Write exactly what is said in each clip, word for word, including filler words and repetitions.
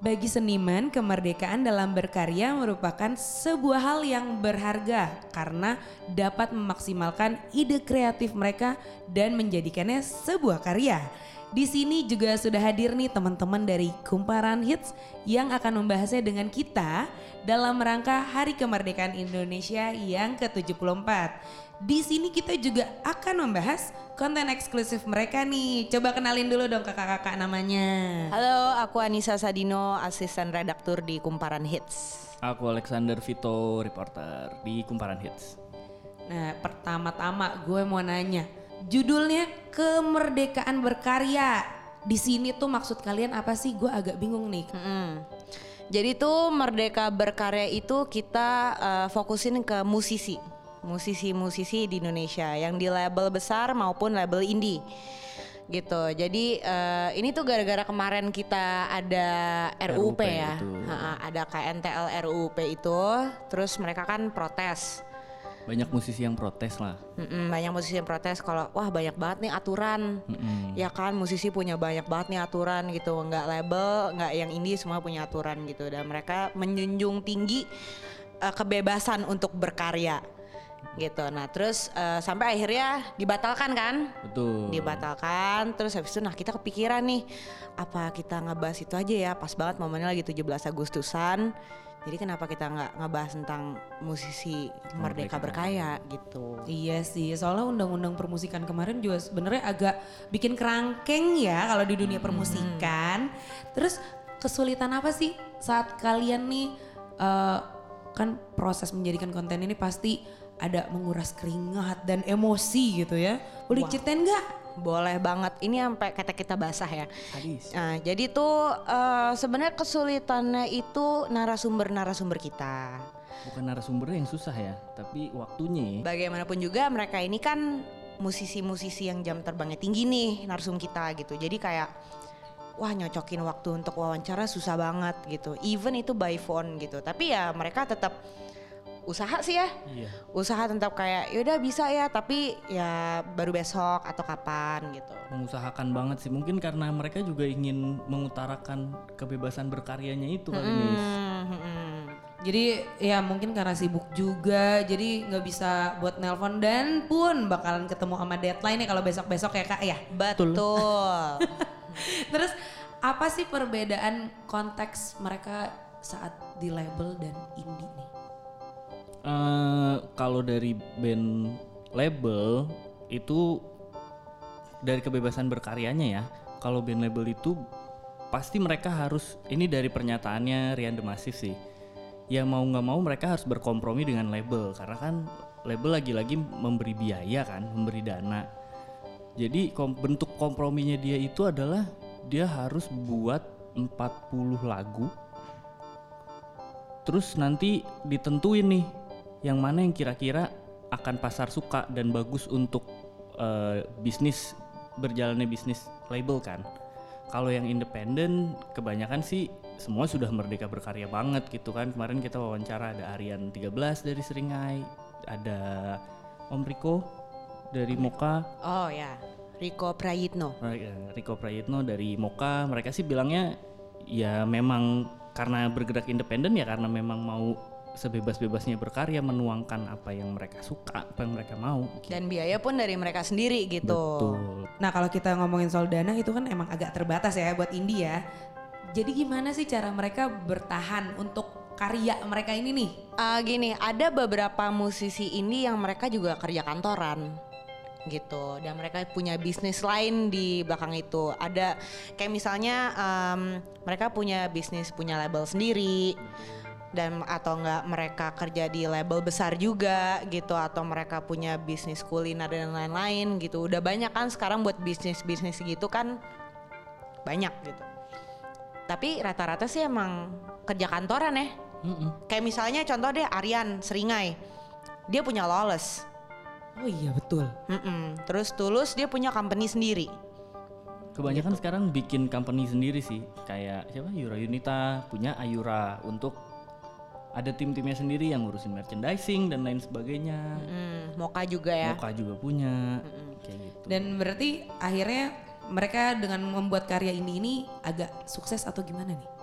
Bagi seniman, kemerdekaan dalam berkarya merupakan sebuah hal yang berharga karena dapat memaksimalkan ide kreatif mereka dan menjadikannya sebuah karya. Di sini juga sudah hadir nih teman-teman dari Kumparan Hits yang akan membahasnya dengan kita dalam rangka Hari Kemerdekaan Indonesia yang ke tujuh puluh empat. Di sini kita juga akan membahas konten eksklusif mereka nih. Coba kenalin dulu dong kakak-kakak namanya. Halo, aku Anissa Sadino, asisten redaktur di Kumparan Hits. Aku Alexander Vito, reporter di Kumparan Hits. Nah, pertama-tama gue mau nanya, judulnya Kemerdekaan Berkarya. Di sini tuh maksud kalian apa sih? Gue agak bingung nih. Hmm. Jadi tuh Merdeka Berkarya itu kita uh, fokusin ke musisi. musisi-musisi di Indonesia yang di label besar maupun label indie gitu. Jadi uh, ini tuh gara-gara kemarin kita ada R U U P, R U U P ya, ha, ada K N T L R U U P itu, terus mereka kan protes. Banyak musisi yang protes lah. Mm-mm, banyak musisi yang protes kalau wah banyak banget nih aturan, Mm-mm. ya kan musisi punya banyak banget nih aturan gitu, nggak label, nggak yang indie semua punya aturan gitu, dan mereka menjunjung tinggi uh, kebebasan untuk berkarya. Gitu. Nah terus uh, sampai akhirnya dibatalkan kan? Betul. Dibatalkan. Terus habis itu nah kita kepikiran nih, apa kita ngebahas itu aja ya? Pas banget momennya lagi tujuh belas Agustusan. Jadi kenapa kita nggak ngebahas tentang musisi Merdeka Berkarya gitu? Iya sih, soalnya undang-undang permusikan kemarin juga sebenarnya agak bikin kerangkeng ya kalau di dunia permusikan. Hmm. Terus kesulitan apa sih saat kalian nih uh, kan proses menjadikan konten ini pasti ada menguras keringat dan emosi gitu ya. Boleh wow. Ceritain nggak? Boleh banget. Ini sampai kata kita basah ya. Hadis. Nah, jadi tuh uh, sebenarnya kesulitannya itu narasumber-narasumber kita. Bukan narasumbernya yang susah ya, tapi waktunya. Bagaimanapun juga mereka ini kan musisi-musisi yang jam terbangnya tinggi nih narsum kita gitu. Jadi kayak wah nyocokin waktu untuk wawancara susah banget gitu. Even itu by phone gitu. Tapi ya mereka tetap usaha sih ya, iya. Usaha tetap kayak yaudah bisa ya, tapi ya baru besok atau kapan gitu. Mengusahakan banget sih, mungkin karena mereka juga ingin mengutarakan kebebasan berkaryanya itu kali ini. Hmm, hmm. Jadi ya mungkin karena sibuk juga, jadi nggak bisa buat nelpon dan pun bakalan ketemu sama deadline-nya kalau besok-besok ya kak ya. Betul. Terus apa sih perbedaan konteks mereka saat di label dan indie nih? Uh, kalau dari band label itu dari kebebasan berkaryanya ya. Kalau band label itu pasti mereka harus, ini dari pernyataannya Rian The Massive sih, ya mau nggak mau mereka harus berkompromi dengan label karena kan label lagi-lagi memberi biaya kan, memberi dana. Jadi kom- bentuk komprominya dia itu adalah dia harus buat empat puluh lagu, terus nanti ditentuin nih yang mana yang kira-kira akan pasar suka dan bagus untuk uh, bisnis, berjalannya bisnis label kan. Kalau yang independen kebanyakan sih semua sudah merdeka berkarya banget gitu kan. Kemarin kita wawancara ada Aryan tiga belas dari Seringai, ada Om Riko dari Moka. Oh ya, Riko Prayitno. Riko Prayitno dari Moka. Mereka sih bilangnya ya memang karena bergerak independen ya karena memang mau sebebas-bebasnya berkarya, menuangkan apa yang mereka suka, apa yang mereka mau. Dan biaya pun dari mereka sendiri gitu. Betul. Nah kalau kita ngomongin soal dana itu kan emang agak terbatas ya buat indie ya. Jadi gimana sih cara mereka bertahan untuk karya mereka ini nih? Uh, gini, ada beberapa musisi indie yang mereka juga kerja kantoran gitu, dan mereka punya bisnis lain di belakang itu. Ada kayak misalnya um, mereka punya bisnis, punya label sendiri. Dan atau enggak mereka kerja di label besar juga gitu, atau mereka punya bisnis kuliner dan lain-lain gitu. Udah banyak kan sekarang buat bisnis-bisnis gitu kan banyak gitu. Tapi rata-rata sih emang kerja kantoran ya. Mm-mm. Kayak misalnya contoh deh Aryan Seringai, dia punya Lawless. Oh iya betul. Mm-mm. Terus Tulus dia punya company sendiri. Kebanyakan gitu. Sekarang bikin company sendiri sih. Kayak siapa? Yura Yunita punya Ayura untuk ada tim-timnya sendiri yang ngurusin merchandising dan lain sebagainya. Mm, Moka juga ya. Moka juga punya. Mm-mm. Kayak gitu. Dan berarti akhirnya mereka dengan membuat karya ini ini agak sukses atau gimana nih?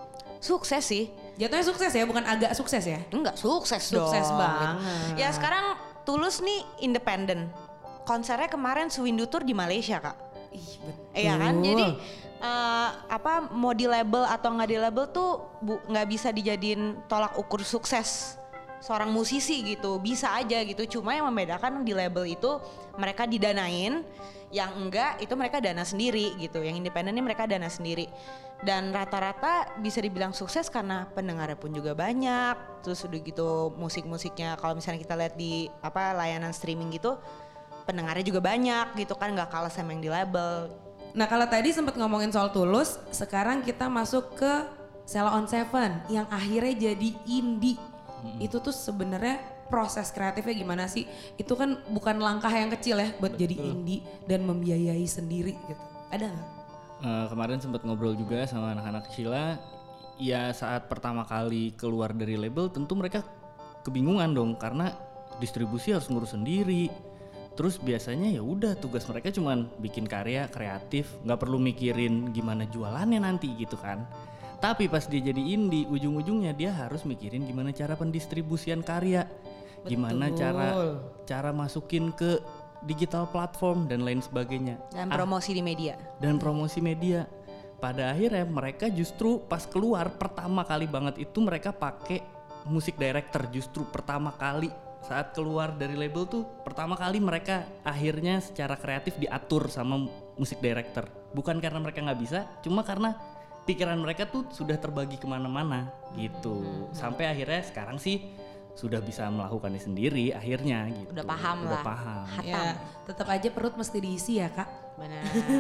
Sukses sih. Jatuhnya sukses ya, bukan agak sukses ya? Enggak, sukses dong. Sukses banget. Ya sekarang Tulus nih independen. Konsernya kemarin Sewindu Tour di Malaysia, Kak. Ih, betul. Iya kan? Jadi uh, apa mau di label atau nggak di label tuh nggak bisa dijadiin tolak ukur sukses seorang musisi gitu. Bisa aja gitu. Cuma yang membedakan di label itu mereka didanain, yang enggak itu mereka dana sendiri gitu. Yang independen ini mereka dana sendiri. Dan rata-rata bisa dibilang sukses karena pendengarnya pun juga banyak. Terus udah gitu musik-musiknya kalau misalnya kita lihat di apa layanan streaming gitu, pendengarnya juga banyak gitu kan, nggak kalah sama yang di label. Nah kalau tadi sempat ngomongin soal Tulus, sekarang kita masuk ke Sheila on Seven yang akhirnya jadi indie. Hmm. Itu tuh sebenarnya proses kreatifnya gimana sih? Itu kan bukan langkah yang kecil ya buat Betul. jadi indie dan membiayai sendiri gitu. Ada nggak? Uh, kemarin sempat ngobrol juga sama anak-anak Sheila. Ya saat pertama kali keluar dari label tentu mereka kebingungan dong karena distribusi harus ngurus sendiri. Terus biasanya ya udah tugas mereka cuman bikin karya kreatif, nggak perlu mikirin gimana jualannya nanti gitu kan. Tapi pas dia jadi indie, ujung-ujungnya dia harus mikirin gimana cara pendistribusian karya, Betul. gimana cara cara masukin ke digital platform dan lain sebagainya. Dan promosi ah, di media. Dan promosi media. Pada akhirnya mereka justru pas keluar pertama kali banget itu mereka pakai music director justru pertama kali. Saat keluar dari label tuh pertama kali mereka akhirnya secara kreatif diatur sama musik director. Bukan karena mereka gak bisa, cuma karena pikiran mereka tuh sudah terbagi kemana-mana gitu. Hmm. Sampai akhirnya sekarang sih sudah bisa melakukannya sendiri akhirnya gitu. Udah paham Udah lah. paham. Ya, tetap aja perut mesti diisi ya kak. Benar.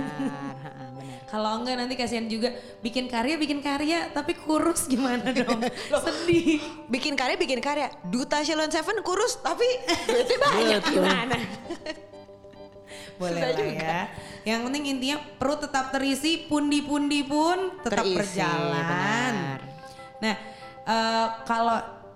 Benar. Kalau enggak nanti kasihan juga bikin karya bikin karya tapi kurus gimana dong? Sedih. Bikin karya bikin karya. Duta Sheila on Seven kurus tapi duitnya banyak gimana? Boleh lah ya. Yang penting intinya perut tetap terisi, pundi-pundi pun tetap terisi, berjalan. Benar. Nah, uh, kalau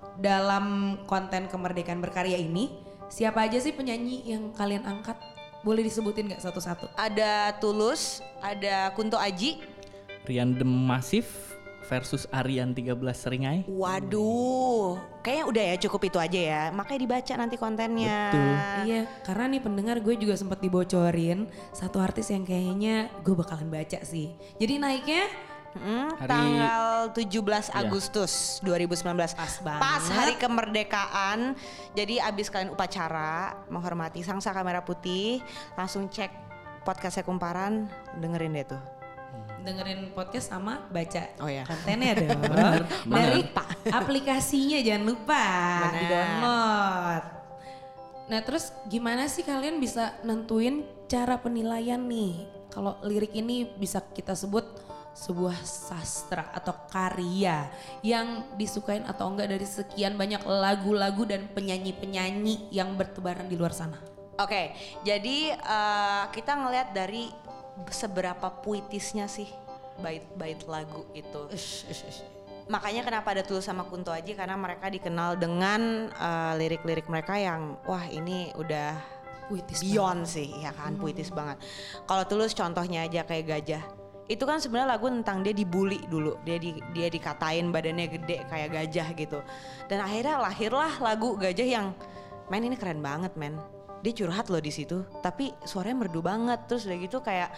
dalam konten kemerdekaan berkarya ini, siapa aja sih penyanyi yang kalian angkat? Boleh disebutin gak satu-satu? Ada Tulus, ada Kunto Aji, Rian Dem Massive versus Aryan tiga belas Seringai. Waduh, kayaknya udah ya cukup itu aja ya. Makanya dibaca nanti kontennya. Betul. Iya, karena nih pendengar gue juga sempat dibocorin satu artis yang kayaknya gue bakalan baca sih. Jadi naiknya Hmm, hari, tanggal tujuh belas iya. Agustus dua ribu sembilan belas. Pas banget. Pas hari kemerdekaan. Jadi abis kalian upacara menghormati Sang Saka Merah Putih, langsung cek podcastnya Kumparan, dengerin deh tuh. Dengerin podcast sama baca oh, ya. kontennya dong. Bener, Dari bener. aplikasinya jangan lupa Bener. di-download. Nah terus gimana sih kalian bisa nentuin cara penilaian nih? Kalau lirik ini bisa kita sebut sebuah sastra atau karya yang disukain atau enggak dari sekian banyak lagu-lagu dan penyanyi-penyanyi yang bertebaran di luar sana. Oke, okay, jadi uh, kita ngelihat dari seberapa puitisnya sih bait-bait lagu itu. Ush, ush, ush. Makanya kenapa ada Tulus sama Kunto Aji, karena mereka dikenal dengan uh, lirik-lirik mereka yang wah ini udah puitis beyond banget. sih, ya kan, hmm. puitis banget. Kalau Tulus contohnya aja kayak Gajah. Itu kan sebenarnya lagu tentang dia dibully dulu, dia di, dia dikatain badannya gede kayak gajah gitu. Dan akhirnya lahirlah lagu Gajah yang, men ini keren banget men. Dia curhat loh di situ, tapi suaranya merdu banget. Terus udah gitu kayak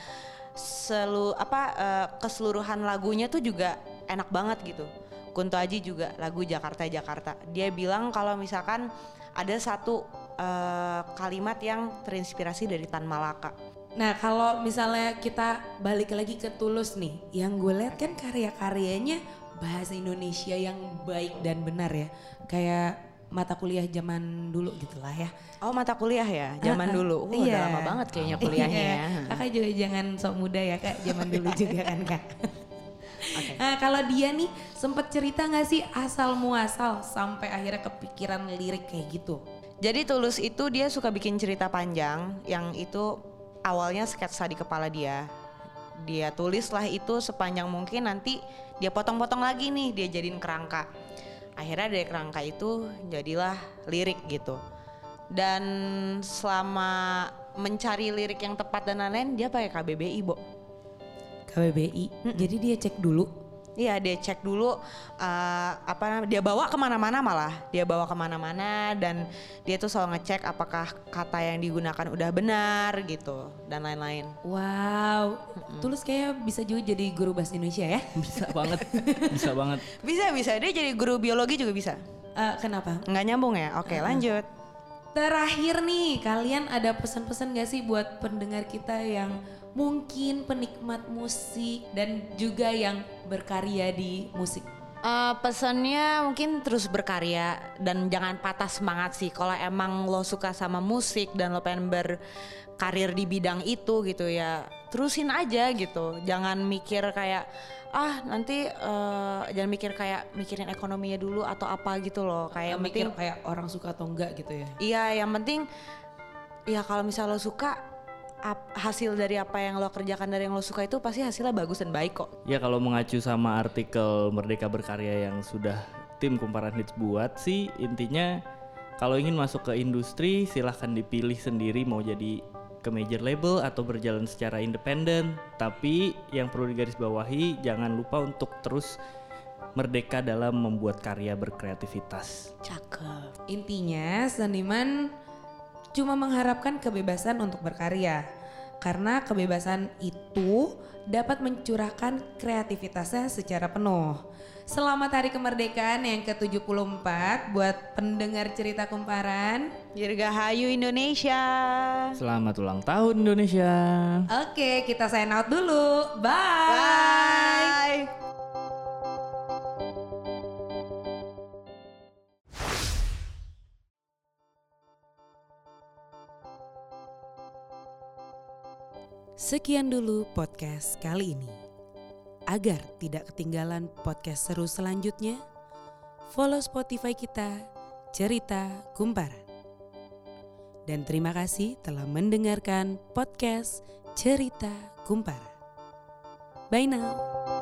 selu apa uh, keseluruhan lagunya tuh juga enak banget gitu. Kunto Aji juga lagu Jakarta Jakarta. Dia bilang kalau misalkan ada satu uh, kalimat yang terinspirasi dari Tan Malaka. Nah kalau misalnya kita balik lagi ke Tulus nih, yang gue lihat kan karya-karyanya bahasa Indonesia yang baik dan benar ya, kayak mata kuliah zaman dulu gitulah ya. Oh mata kuliah ya, zaman uh, uh, dulu, uh, iya. udah lama banget kayaknya kuliahnya iya. ya. Kakak juga jangan sok muda ya kak, zaman dulu juga kan kak. Okay. Nah kalau dia nih sempet cerita gak sih asal muasal sampai akhirnya kepikiran lirik kayak gitu? Jadi Tulus itu dia suka bikin cerita panjang yang itu awalnya sketsa di kepala dia. Dia tulislah itu sepanjang mungkin, nanti dia potong-potong lagi nih, dia jadiin kerangka. Akhirnya dari kerangka itu jadilah lirik gitu. Dan selama mencari lirik yang tepat dan lain-lain, dia pakai K B B I, Bo. K B B I, mm-mm. Jadi dia cek dulu? Iya, dia cek dulu uh, apa namanya, dia bawa kemana-mana malah, dia bawa kemana-mana dan dia tuh selalu ngecek apakah kata yang digunakan udah benar gitu dan lain-lain. Wow, mm-hmm. Tulus kayak bisa juga jadi guru bahasa Indonesia ya? Bisa banget, bisa banget. Bisa bisa, dia jadi guru biologi juga bisa. Uh, kenapa? Nggak nyambung ya? Oke, uh-huh. lanjut. Terakhir nih, kalian ada pesan-pesan gak sih buat pendengar kita yang mungkin penikmat musik dan juga yang berkarya di musik? Uh, pesannya mungkin terus berkarya dan jangan patah semangat sih. Kalau emang lo suka sama musik dan lo pengen berkarir di bidang itu gitu ya, terusin aja gitu. Jangan mikir kayak ah nanti uh, jangan mikir kayak mikirin ekonominya dulu atau apa gitu loh. Kayak mikir penting, kayak orang suka atau enggak gitu ya. Iya, yang penting ya kalau misal lo suka, Ap, hasil dari apa yang lo kerjakan dari yang lo suka itu pasti hasilnya bagus dan baik kok. Ya kalau mengacu sama artikel Merdeka Berkarya yang sudah tim Kumparan Hits buat sih, intinya kalau ingin masuk ke industri silahkan dipilih sendiri mau jadi ke major label atau berjalan secara independen. Tapi yang perlu digarisbawahi jangan lupa untuk terus merdeka dalam membuat karya berkreativitas. Cakep. Intinya seniman cuma mengharapkan kebebasan untuk berkarya, karena kebebasan itu dapat mencurahkan kreativitasnya secara penuh. Selamat Hari Kemerdekaan yang ke tujuh puluh empat buat pendengar Cerita Kumparan. Dirgahayu Indonesia. Selamat ulang tahun Indonesia. Oke, kita sign out dulu. Bye. Bye. Sekian dulu podcast kali ini. Agar tidak ketinggalan podcast seru selanjutnya, follow Spotify kita, Cerita Kumparan. Dan terima kasih telah mendengarkan podcast Cerita Kumparan. Bye now.